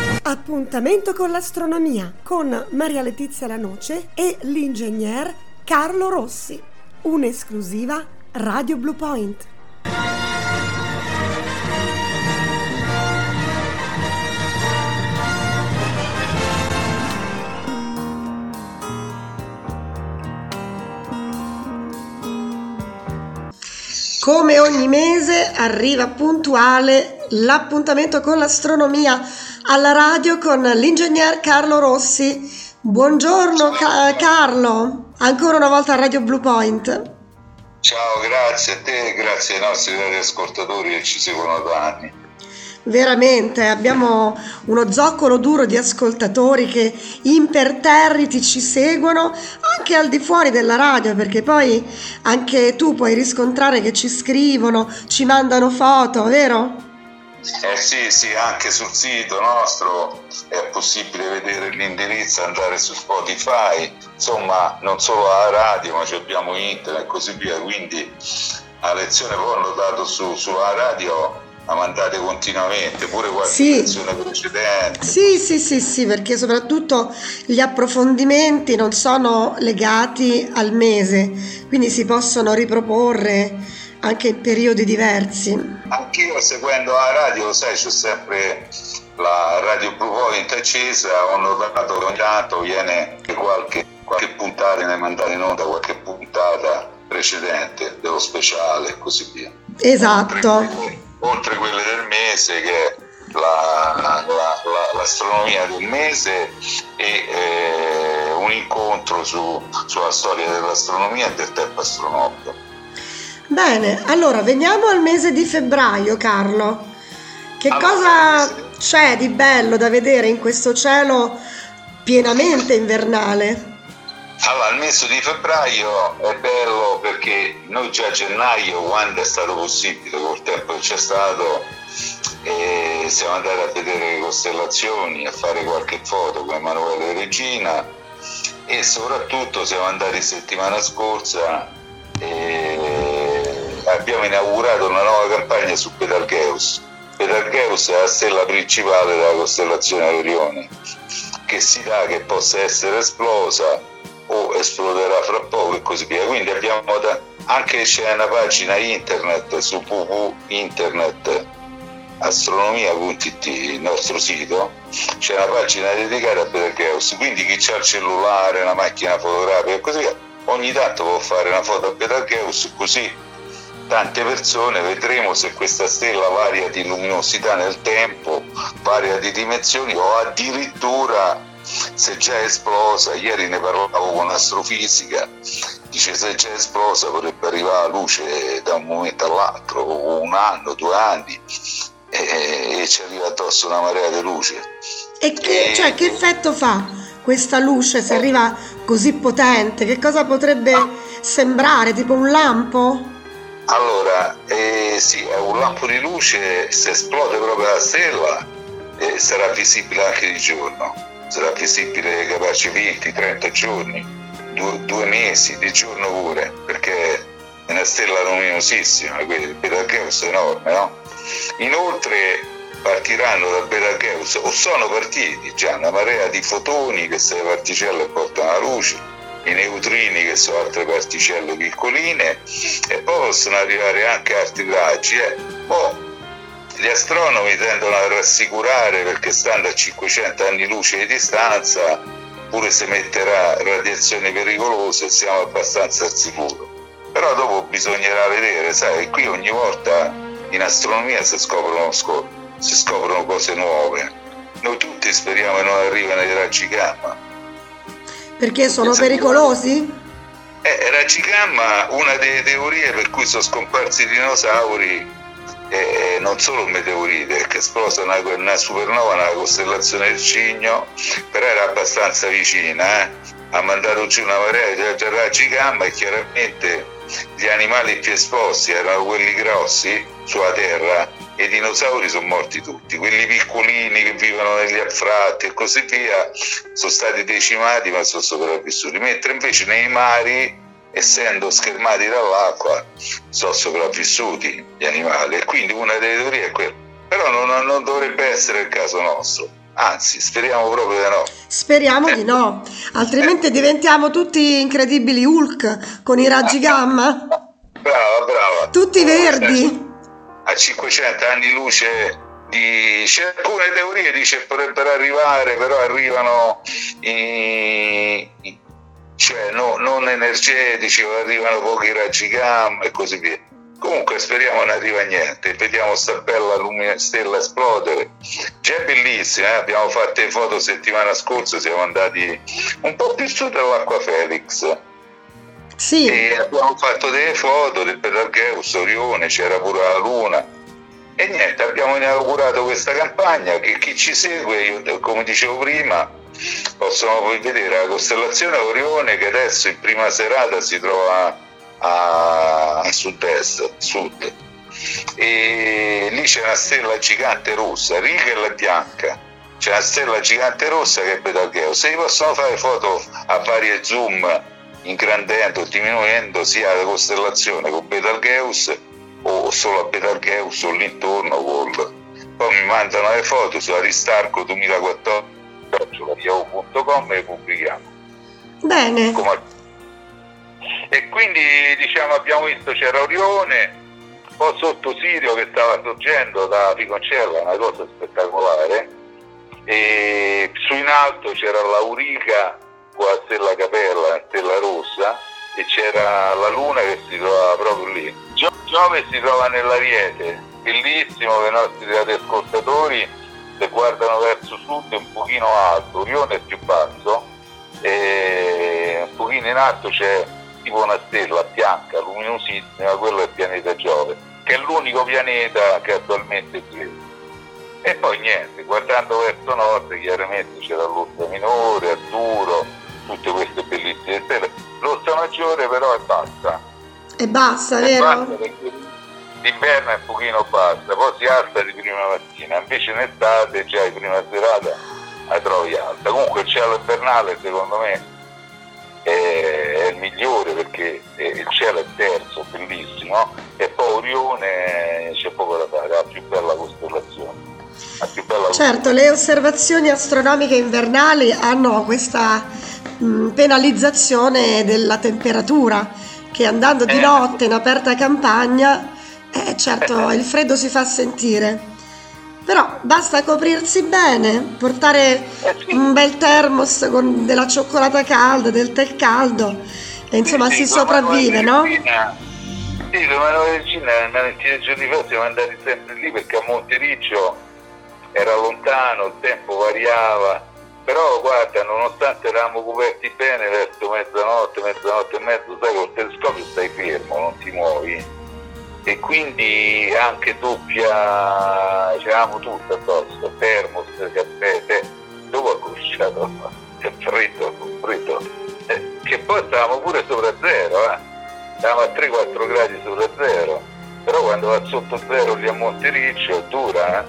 Appuntamento con l'astronomia con Maria Letizia Lanoce e l'ingegner Carlo Rossi. Un'esclusiva Radio Blue Point. Come ogni mese arriva puntuale l'appuntamento con l'astronomia alla radio con l'ingegner Carlo Rossi. Buongiorno Carlo, ancora una volta a Radio Blue Point. Ciao, grazie a te e grazie ai nostri radioascoltatori che ci seguono da anni. Veramente abbiamo uno zoccolo duro di ascoltatori che imperterriti ci seguono anche al di fuori della radio, perché poi anche tu puoi riscontrare che ci scrivono, ci mandano foto, vero? Sì, anche sul sito nostro è possibile vedere l'indirizzo, andare su Spotify, insomma non solo alla radio ma abbiamo internet e così via, quindi a lezione poi hanno dato sulla radio la mandate continuamente, pure qualche lezione precedente. Sì, perché soprattutto gli approfondimenti non sono legati al mese, quindi si possono riproporre anche in periodi diversi. Anch'io seguendo la radio, sai, c'è sempre la Radio Blue Point accesa, ho notato che ogni tanto viene qualche puntata, ne mandare in onda qualche puntata precedente dello speciale e così via. Esatto. Oltre quelle del mese, che è l'astronomia del mese e un incontro sulla storia dell'astronomia e del tempo astronomico. Bene, allora veniamo al mese di febbraio, Carlo. Cosa c'è di bello da vedere in questo cielo pienamente invernale? Allora, il mese di febbraio è bello perché noi già a gennaio, quando è stato possibile, col tempo che c'è stato, siamo andati a vedere le costellazioni, a fare qualche foto con Emanuele Regina e soprattutto siamo andati settimana scorsa e abbiamo inaugurato una nuova campagna su Betelgeuse. Betelgeuse è la stella principale della costellazione Orione, che si dà che possa essere esplosa o esploderà fra poco e così via. Quindi abbiamo anche c'è una pagina internet su www.internetastronomia.it, il nostro sito, c'è una pagina dedicata a Betelgeuse, quindi chi ha il cellulare, una macchina fotografica e così via, ogni tanto può fare una foto a Betelgeuse, così tante persone vedremo se questa stella varia di luminosità nel tempo, varia di dimensioni o addirittura se già è esplosa. Ieri ne parlavo con un'astrofisica, dice se già è esplosa potrebbe arrivare la luce da un momento all'altro, o un anno, 2 anni, e ci arriva addosso una marea di luce. Che effetto fa questa luce se arriva così potente? Che cosa potrebbe sembrare? Tipo un lampo? Allora, sì, è un lampo di luce. Se esplode proprio la stella sarà visibile anche di giorno. Sarà visibile capace 20-30 giorni, 2 mesi, di giorno pure, perché è una stella luminosissima, quindi il Betelgeuse è enorme, no? Inoltre partiranno da Betelgeuse, o sono partiti già, una marea di fotoni, che sono le particelle che portano la luce, i neutrini, che sono altre particelle piccoline, e poi possono arrivare anche altri raggi. Gli astronomi tendono a rassicurare perché stando a 500 anni luce di distanza, pure se metterà radiazioni pericolose, siamo abbastanza al sicuro. Però dopo bisognerà vedere, sai, qui ogni volta in astronomia si scoprono cose nuove. Noi tutti speriamo che non arrivino i raggi gamma. Perché sono pericolosi? Raggi gamma, una delle teorie per cui sono scomparsi i dinosauri, non solo un meteorite, che esplosa una supernova nella costellazione del Cigno, però era abbastanza vicina, ha mandato giù una marea di raggi gamma e chiaramente gli animali più esposti erano quelli grossi sulla Terra e i dinosauri sono morti tutti, quelli piccolini che vivono negli anfratti e così via sono stati decimati ma sono sopravvissuti, mentre invece nei mari, essendo schermati dall'acqua, sono sopravvissuti gli animali, e quindi una delle teorie è quella. Però non dovrebbe essere il caso nostro, anzi speriamo proprio di no. Speriamo di no, altrimenti diventiamo tutti incredibili Hulk con i raggi gamma, Brava. tutti verdi. A 500 anni luce c'è alcune teorie, dice potrebbero arrivare, però arrivano cioè non energetici, o arrivano pochi raggi gamma e così via. Comunque speriamo non arriva niente, vediamo sta bella stella esplodere. Già è bellissima, abbiamo fatto le foto settimana scorsa, siamo andati un po' più su dall'Acqua Felix. Sì. E abbiamo fatto delle foto del Betelgeuse, Orione, c'era pure la Luna. E niente, abbiamo inaugurato questa campagna che chi ci segue, io, come dicevo prima, possono poi vedere la costellazione Orione, che adesso in prima serata si trova a sud, e lì c'è una stella gigante rossa, Rigel è bianca, c'è una stella gigante rossa che è Betelgeuse. Si possono fare foto a varie zoom, ingrandendo, diminuendo sia la costellazione con Betelgeuse o solo a Betelgeuse o l'intorno poi mi mandano le foto su Aristarco 2014@yahoo.com e le pubblichiamo. Bene. E quindi diciamo abbiamo visto c'era Orione, poi sotto Sirio che stava sorgendo da Ficoncella, una cosa spettacolare, e su in alto c'era l'Auriga con la stella Capella, la stella rossa, e c'era la Luna che si trovava proprio lì. Giove si trova nell'Ariete, bellissimo per i nostri radioascoltatori, se guardano verso sud è un pochino alto, Orione è più basso, e un pochino in alto c'è tipo una stella bianca, luminosissima, quello è il pianeta Giove, che è l'unico pianeta che attualmente c'è. E poi niente, guardando verso nord chiaramente c'era l'Ursa Minore, Arturo, tutte queste bellissime stelle. L'Ursa Maggiore però è bassa. È bassa, vero? Bassa perché d'inverno è un pochino bassa, poi si alza di prima mattina, invece in estate già di prima serata la trovi alta. Comunque il cielo invernale secondo me è il migliore perché il cielo è terzo, bellissimo, e poi Orione c'è poco da fare, la più bella costellazione. Certo, le osservazioni astronomiche invernali hanno questa penalizzazione della temperatura, che andando di notte in aperta campagna, certo il freddo si fa sentire. Però basta coprirsi bene, portare un bel thermos con della cioccolata calda, del tè caldo, e insomma si sopravvive, no? Sì, come Regina, una ventina di giorni fa siamo andati sempre lì perché a Montericcio era lontano, il tempo variava, però guarda, nonostante eravamo coperti bene verso mezzanotte e mezzo, sai, col telescopio stai fermo, non ti muovi. E quindi anche doppia, c'eravamo tutto addosso, termos, caffè, dopo ho cominciato, è freddo, che poi stavamo pure sopra zero, stavamo a 3-4 gradi sopra zero, però quando va sotto zero lì a Montericcio è dura,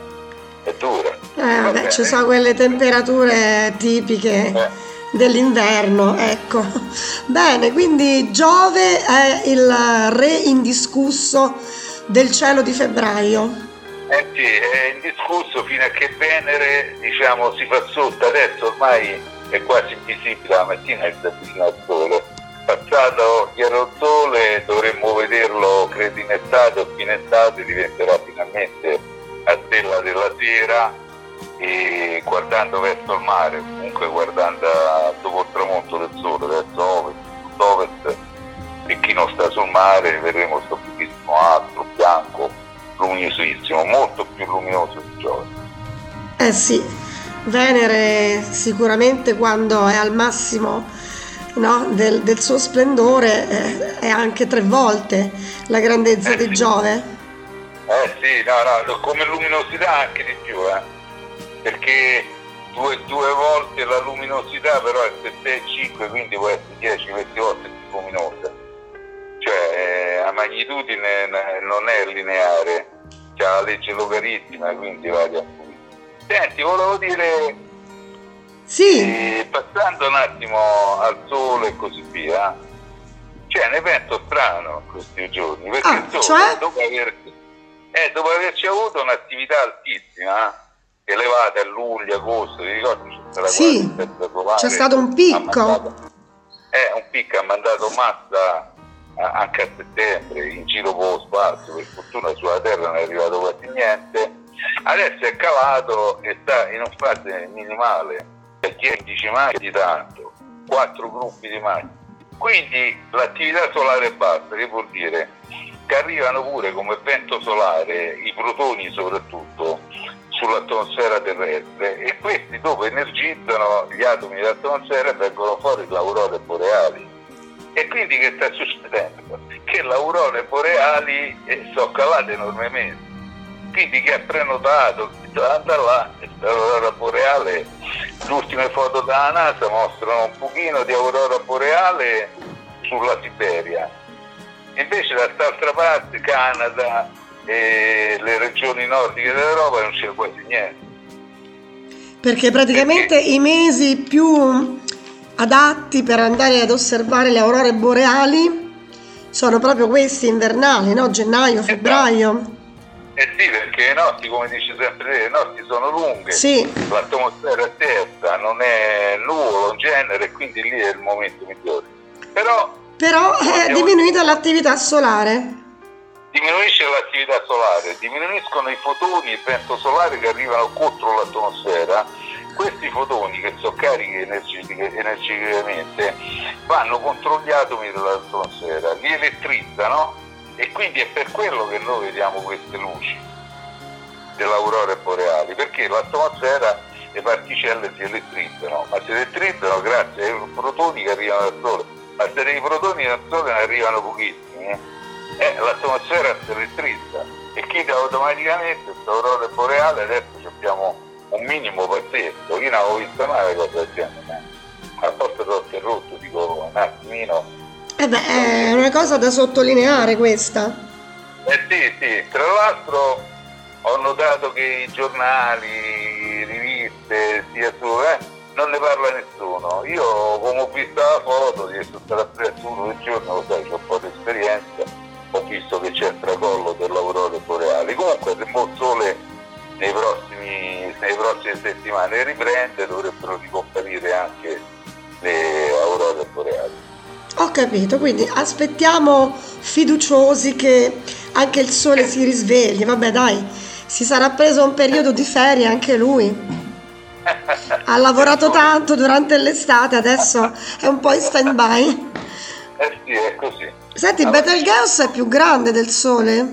vabbè, ci sono quelle temperature tipiche dell'inverno, ecco. Bene, quindi Giove è il re indiscusso del cielo di febbraio. Sì, è indiscusso fino a che Venere, diciamo, si fa sotto. Adesso ormai è quasi invisibile, la mattina è vicino al sole. Passato chiaro il sole dovremmo vederlo, credo in estate o fine estate, diventerà finalmente la stella della sera, e guardando verso il mare, comunque guardando dopo il tramonto del sole verso ovest, e chi non sta sul mare vedremo questo bellissimo astro bianco luminosissimo, molto più luminoso di Giove. Sì, Venere sicuramente quando è al massimo, no, del suo splendore è anche 3 volte la grandezza di Giove. Sì, no, come luminosità anche di più, perché due volte la luminosità, però è 7,5, quindi può essere 10-20 volte più luminosa. Cioè la magnitudine non è lineare, c'è la legge logaritmica, quindi varia. Senti, volevo dire, sì, passando un attimo al sole e così via, cioè ne penso strano questi giorni, perché il sole, cioè? dopo averci avuto un'attività altissima, elevate a luglio, agosto, ti ricordi? Sì, c'è stato un picco. Un picco ha mandato massa anche a settembre in giro per lo spazio, per fortuna sulla Terra non è arrivato quasi niente. Adesso è calato e sta in un fase minimale, perché 15 maggio di tanto, 4 gruppi di maggio. Quindi l'attività solare è bassa, che vuol dire che arrivano pure come vento solare, i protoni soprattutto, sull'atmosfera terrestre, e questi dopo energizzano gli atomi dell'atmosfera e vengono fuori le aurore boreali. E quindi che sta succedendo? Che le aurore boreali sono calate enormemente. Quindi chi ha prenotato, anda là, l'aurora boreale, le ultime foto dalla NASA mostrano un pochino di aurora boreale sulla Siberia. Invece da quest'altra parte, Canada e le regioni nordiche dell'Europa, non c'è quasi niente. Perché praticamente i mesi più adatti per andare ad osservare le aurore boreali sono proprio questi invernali, no? Gennaio, febbraio. Sì, perché le notti, come dice sempre lei, le notti sono lunghe, sì. L'atmosfera è terza, non è nuvolo in genere, e quindi lì è il momento migliore. Però è diminuita l'attività solare. Diminuisce l'attività solare, diminuiscono i fotoni, il vento solare che arrivano contro l'atmosfera. Questi fotoni, che sono carichi energicamente, vanno contro gli atomi dell'atmosfera, li elettrizzano, e quindi è per quello che noi vediamo queste luci delle aurore boreali, perché l'atmosfera, le particelle si elettrizzano, ma si elettrizzano grazie ai protoni che arrivano dal Sole. Ma se dei protoni dal Sole ne arrivano pochissimi, l'atmosfera si elettrizza, e quindi automaticamente questa aurora boreale adesso abbiamo un minimo pazzesco. Io non avevo visto mai una cosa del genere, a posto che ho interrotto, dico un attimino. È una cosa da sottolineare questa. Sì, tra l'altro ho notato che i giornali, riviste, sia su, non ne parla nessuno. Io, come ho visto la foto, di essere stato appresso uno del giorno, lo sai, ho un po' di esperienza, ho visto che c'è il tracollo dell'aurora boreale. Comunque, se il Sole nelle prossime settimane riprende, dovrebbero ricomparire anche le aurore boreali. Ho capito, quindi aspettiamo fiduciosi che anche il Sole si risvegli. Vabbè, dai, si sarà preso un periodo di ferie anche lui. Ha lavorato tanto durante l'estate, adesso è un po' in stand-by. Sì, è così. Senti, Betelgeuse è più grande del Sole?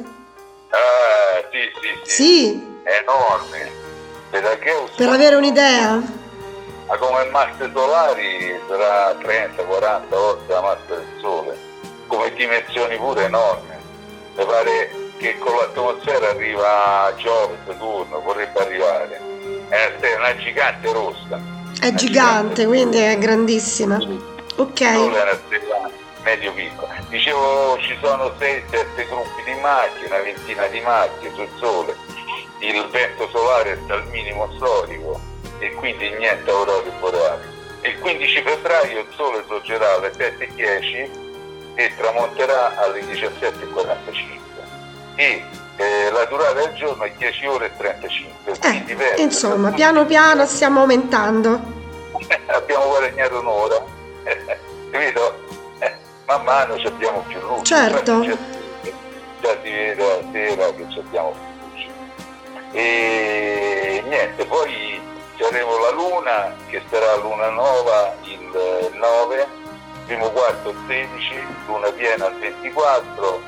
Sì. È enorme. Betelgeuse, per avere un'idea. Ma come masse solari sarà 30-40 volte la massa del Sole, come dimensioni pure enormi. Mi pare che con l'atmosfera arriva Giove, Saturno, vorrebbe arrivare. È una gigante rossa. È gigante, quindi è grandissima. Ok. Il Sole è una stella medio piccola. Dicevo, ci sono 6-7 gruppi di macchie, una ventina di macchie sul Sole. Il vento solare sta al minimo storico, e quindi niente aurore boreali. Il 15 febbraio il Sole sorgerà alle 7:10 e tramonterà alle 17:45, e la durata del giorno è 10 ore e 35. Insomma, piano piano stiamo aumentando. Abbiamo guadagnato un'ora, capito? Man mano ci abbiamo più luce. Certo. Già si vede la sera che ci abbiamo più luce. E niente, poi avremo la Luna, che sarà Luna nuova il 9, primo quarto il 16, Luna piena il 24,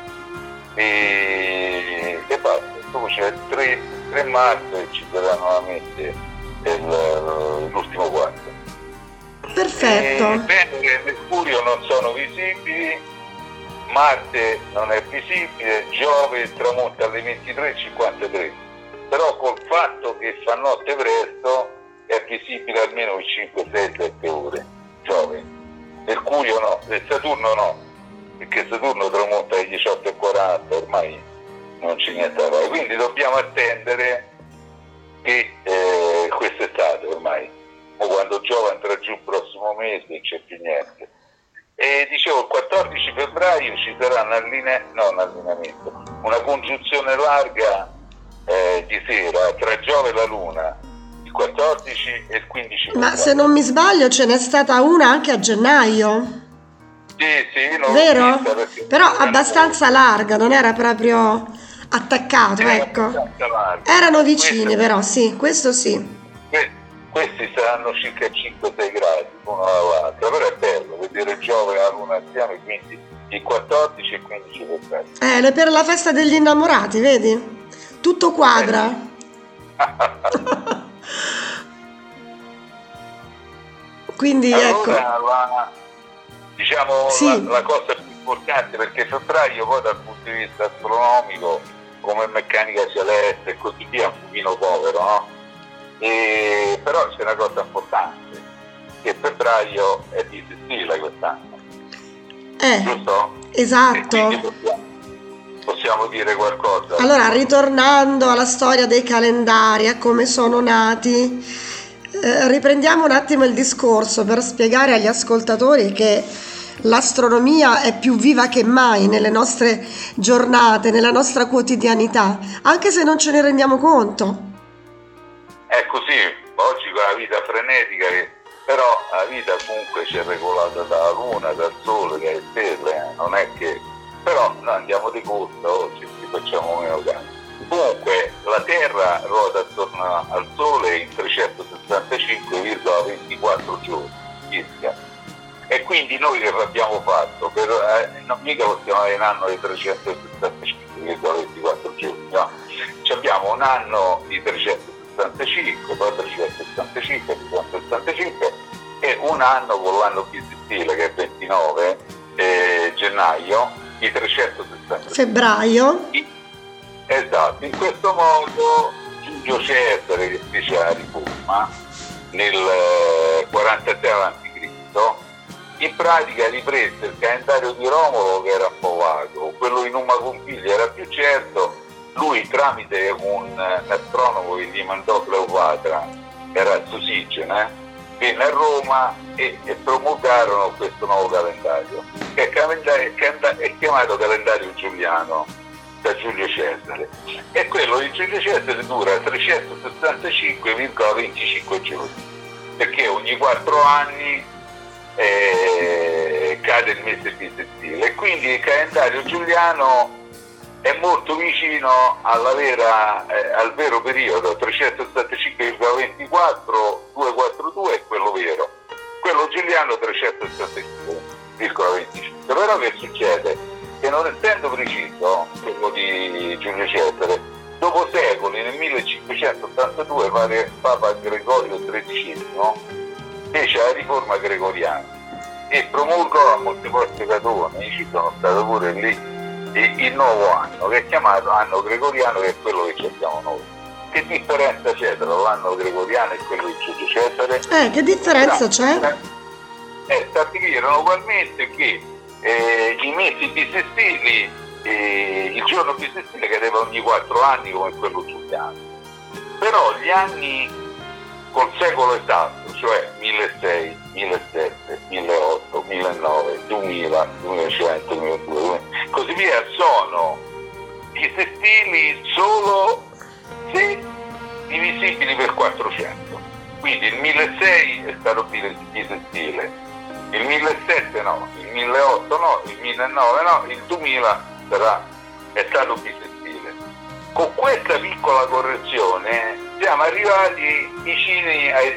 e basta. Poi c'è il 3 marzo e ci sarà nuovamente l'ultimo quarto. Perfetto. Venere e Mercurio non sono visibili, Marte non è visibile, Giove tramonta alle 23:53. Però col fatto che fa notte presto è visibile almeno 5, 6, 7 ore. Giove. Mercurio no, e Saturno no, perché Saturno tramonta alle 18:40, ormai non c'è niente da fare. Quindi dobbiamo attendere che quest'estate ormai, o quando Giove andrà giù il prossimo mese, non c'è più niente. E dicevo, il 14 febbraio ci sarà una congiunzione larga di sera tra Giove e la Luna, 14 e il 15 Ma se non mi sbaglio ce n'è stata una anche a gennaio. Sì, non Vero? Vista Però abbastanza larga, non era proprio attaccato, ecco. Erano vicini però, sì, questo sì. Questi saranno circa 5-6 gradi uno dall'altro, però è bello vedere Giove a luna assieme, quindi il 14 e il 15 febbraio. Per la festa degli innamorati, vedi? Tutto quadra. Quindi ecco. La cosa più importante, perché febbraio poi dal punto di vista astronomico, come meccanica celeste e così via, è un pochino povero, no? Però c'è una cosa importante, che febbraio è bisestile quest'anno, giusto? Esatto. Possiamo dire qualcosa? Allora, ritornando alla storia dei calendari, a come sono nati, riprendiamo un attimo il discorso per spiegare agli ascoltatori che l'astronomia è più viva che mai nelle nostre giornate, nella nostra quotidianità, anche se non ce ne rendiamo conto. È così, oggi con la vita frenetica, però la vita comunque c'è regolata dalla luna, dal sole, dalle stelle, non è che... Però noi andiamo di corsa oggi, ci facciamo meno caso. Comunque la Terra ruota attorno al Sole in 365,24 giorni circa. E quindi noi che abbiamo fatto? Non mica possiamo avere un anno di 365,24 giorni, no? Abbiamo un anno di 365, poi 365, 365 e un anno con l'anno bisestile che è 29 gennaio di 360 febbraio. Esatto, in questo modo Giulio Cesare, che fece la riforma nel 46 a.C., in pratica riprese il calendario di Romolo, che era un po' vago, quello di Numa Pompiglia era più certo. Lui, tramite un astronomo che gli mandò Cleopatra, che era Susigene, venne a Roma e promulgarono questo nuovo calendario, che è chiamato calendario giuliano da Giulio Cesare, e quello di Giulio Cesare dura 365,25 giorni, perché ogni 4 anni cade il mese bisestile, e quindi il calendario giuliano è molto vicino al vero periodo. 375,24 242 è quello vero, quello giuliano 375,25. Però che succede? Che non essendo preciso quello di Giulio Cesare, dopo secoli, nel 1582 Papa Gregorio XIII fece la riforma gregoriana e promulgò a Monteforte Catone, ci sono stato pure lì, il nuovo anno, che è chiamato anno gregoriano, che è quello che abbiamo noi. Che differenza c'è tra l'anno gregoriano e quello di Giulio Cesare? Che differenza c'è? Stabilirono ugualmente che i mesi bisestili, il giorno bisestile cadeva ogni 4 anni come quello giuliano, però gli anni col secolo esatto, cioè 1600, 1700, 1800, 1900, 2000, 2100, 2200, così via, sono bisestili solo se divisibili per 400. Quindi il 1600 è stato bisestile, il 1700 no, il 1800 no, il 1900 no, il 2000 è stato bisestile. Con questa piccola correzione siamo arrivati vicini ai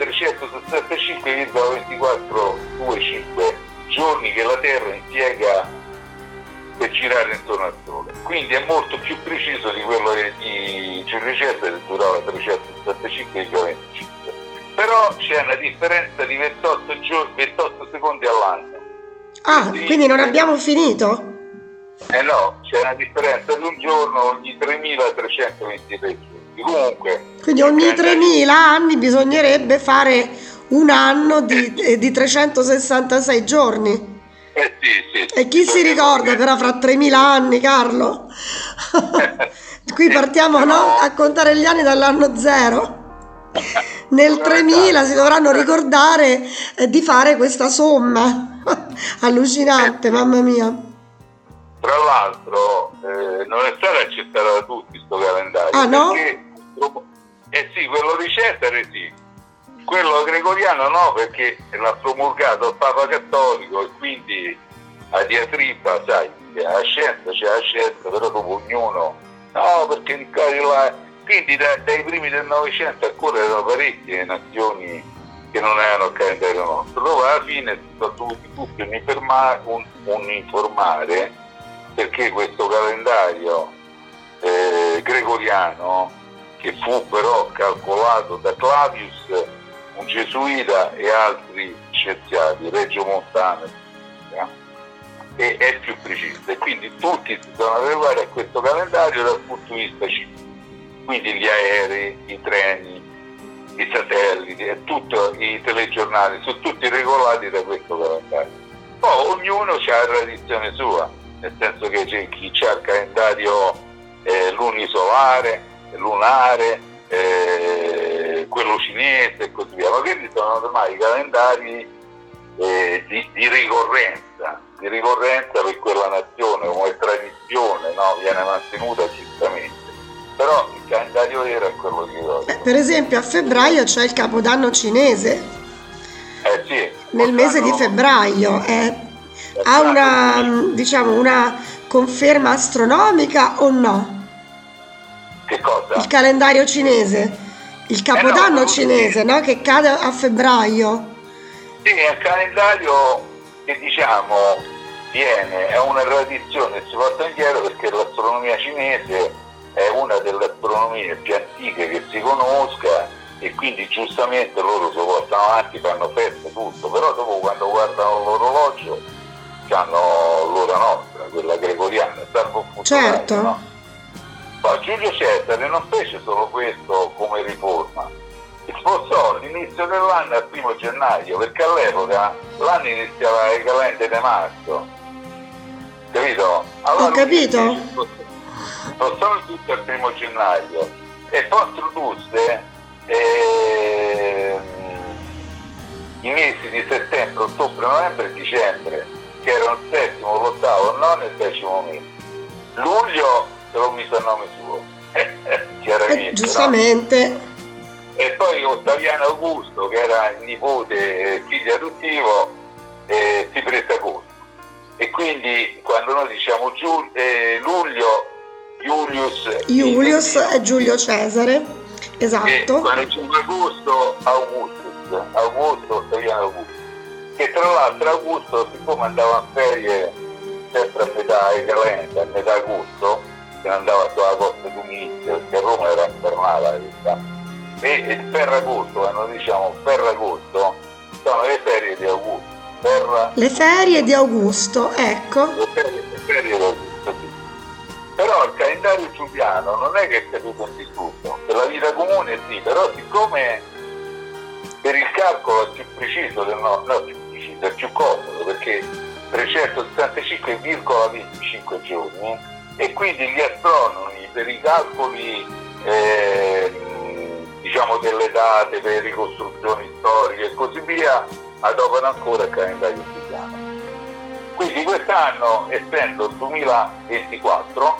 365,2425 giorni che la Terra impiega per girare intorno al Sole. Quindi è molto più preciso di quello di Giulio Cesare, che durava 365,25. Però c'è una differenza di 28 secondi all'anno. Quindi non abbiamo finito? No, c'è una differenza di un giorno ogni 3.323 giorni. Comunque, quindi ogni 3.000 anni bisognerebbe fare un anno di 366 giorni. Sì. E chi si ricorda però fra 3.000 anni, Carlo? Qui partiamo a contare gli anni dall'anno 0. Nel 3000 si dovranno ricordare di fare questa somma. Allucinante, mamma mia. Tra l'altro non è stato accettato da tutti questo calendario. No? Perché, sì, quello di Cesare sì, quello gregoriano no, perché l'ha promulgato il Papa Cattolico e quindi a diatriba, sai, c'è la scienza, però dopo ognuno, no, perché quindi dai primi del Novecento ancora erano parecchie nazioni che non erano il calendario nostro. Dopo alla fine si sono dovuti tutti uniformare, perché questo calendario gregoriano, che fu però calcolato da Clavius, un gesuita, e altri scienziati, Reggio Montano, e è più preciso, e quindi tutti si sono adeguati a questo calendario dal punto di vista scientifico. Quindi gli aerei, i treni, i satelliti e tutti i telegiornali sono tutti regolati da questo calendario. Poi ognuno ha la tradizione sua, nel senso che c'è chi ha il calendario lunisolare, lunare, quello cinese e così via, ma quelli sono ormai i calendari di ricorrenza per quella nazione, come tradizione, no? Viene mantenuta giustamente. Però il calendario vero è quello di oggi. Per esempio a febbraio c'è il Capodanno cinese. Sì. Nel mese di febbraio. Ha una conferma astronomica o no? Che cosa? Il calendario cinese. Il Capodanno cinese, no? Che cade a febbraio. Sì, è un calendario che è una tradizione, si porta indietro perché l'astronomia cinese è una delle astronomie più antiche che si conosca, e quindi giustamente loro si portano avanti, fanno feste, tutto, però dopo quando guardano l'orologio hanno l'ora nostra, quella gregoriana, salvo un certo. No? Poi Giulio Cesare non fece solo questo come riforma, spostò l'inizio dell'anno al 1° gennaio, perché all'epoca l'anno iniziava ai calendari di marzo, capito? Allora, ho capito. Spostò tutto al 1° gennaio e poi introdusse i mesi di settembre, ottobre, novembre e dicembre, che erano il 7°, l'8°, il 9° e il 10° mese. Luglio se lo mise a nome suo, chiaramente. Giustamente. No? E poi Ottaviano Augusto, che era il nipote e figlio adottivo, si prese agosto. E quindi quando noi diciamo luglio, Julius è Giulio Cesare, esatto. E quando diciamo agosto, Augusto, Ottaviano Augusto. Che tra l'altro Augusto, siccome andava a ferie sempre a metà a metà agosto, che andava sulla costa d'Umizia, perché a Roma era infernale, e il Ferragosto, quando diciamo Ferragosto, sono le ferie di Augusto. Le ferie di Augusto, ecco. Le ferie di Augusto, sì. Però il calendario giuliano non è che è caduto in discusso, per la vita comune sì, però siccome per il calcolo è più preciso è più comodo, perché 365,25 giorni, e quindi gli astronomi per i calcoli delle date, per le ricostruzioni storiche e così via, adoperano ancora il calendario giuliano. Quindi quest'anno, essendo il 2024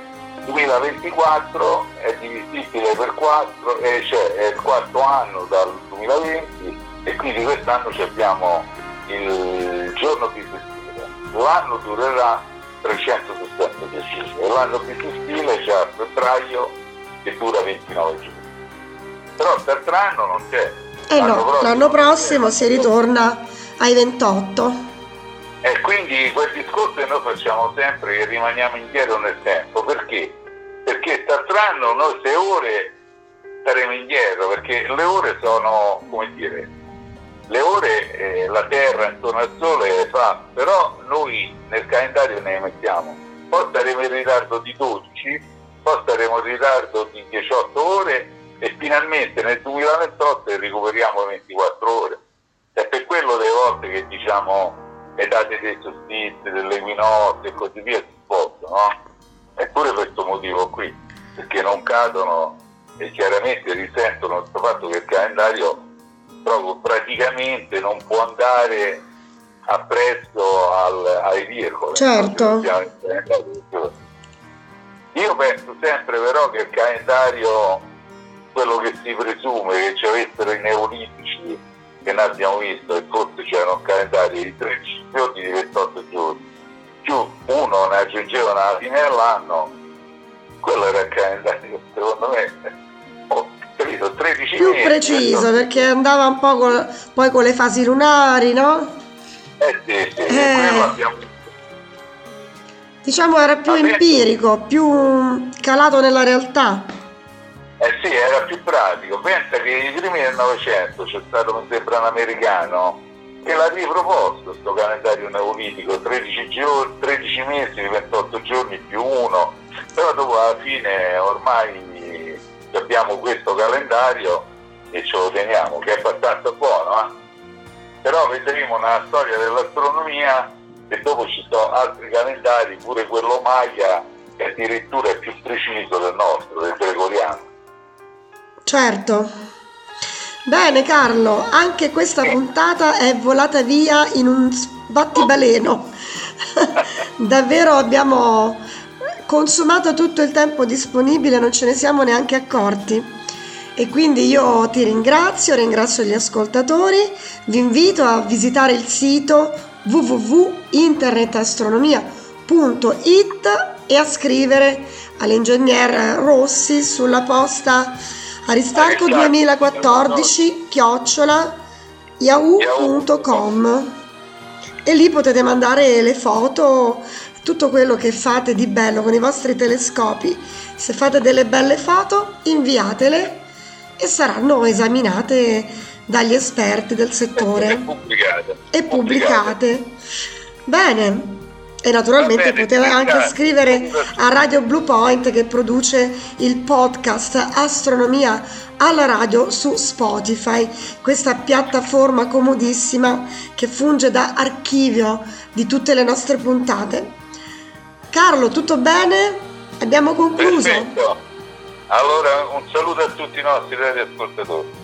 è divisibile per 4, cioè è il 4º anno dal 2020, e quindi quest'anno abbiamo il giorno bisestile. L'anno durerà 360 giorni e l'anno bisestile c'è a febbraio che dura 29 giorni. Però il terzo anno non c'è. L'anno prossimo si ritorna ai 28. E quindi quel discorso che noi facciamo sempre, che rimaniamo indietro nel tempo. Perché? Perché l'altro anno noi 6 ore staremo indietro, perché le ore sono, le ore la Terra intorno al Sole fa, però noi nel calendario ne mettiamo. Poi staremo in ritardo di 12, poi staremo in ritardo di 18 ore, e finalmente nel 2028 recuperiamo 24 ore. È per quello delle volte che diciamo le date dei solstizi, dell'equinozio e così via si spostano, no? È pure per questo motivo qui, perché non cadono e chiaramente risentono il fatto che il calendario proprio praticamente non può andare appresso alle virgole. Certo. Io penso sempre però che il calendario, quello che si presume che ci avessero i neolitici noi abbiamo visto che forse c'era un calendario di 13 giorni, di 28 giorni, più uno ne aggiungevano alla fine dell'anno, quello era il calendario, secondo me, capito, 13 più mesi. preciso, perché andava un po' poi con le fasi lunari, no? Sì, quello abbiamo visto. Diciamo era più empirico, più calato nella realtà. Sì, era più pratico. Pensa che nei primi del Novecento c'è stato, mi sembra, un americano che l'ha riproposto questo calendario neolitico, 13 mesi, 28 giorni più uno, però dopo alla fine ormai abbiamo questo calendario e ce lo teniamo, che è abbastanza buono, Però vedremo nella storia dell'astronomia che dopo ci sono altri calendari, pure quello Maya, che addirittura è più preciso del nostro, del gregoriano. Certo. Bene Carlo, anche questa puntata è volata via in un battibaleno. Davvero abbiamo consumato tutto il tempo disponibile, non ce ne siamo neanche accorti. E quindi io ti ringrazio gli ascoltatori, vi invito a visitare il sito www.internetastronomia.it e a scrivere all'ingegner Rossi sulla posta Aristarco 2014 @yahoo.com, e lì potete mandare le foto, tutto quello che fate di bello con i vostri telescopi. Se fate delle belle foto, inviatele e saranno esaminate dagli esperti del settore e pubblicate. Bene. E naturalmente potete anche scrivere a Radio Blue Point, che produce il podcast Astronomia alla radio su Spotify, questa piattaforma comodissima che funge da archivio di tutte le nostre puntate. Carlo, tutto bene? Abbiamo concluso. Perfetto. Allora un saluto a tutti i nostri radioascoltatori.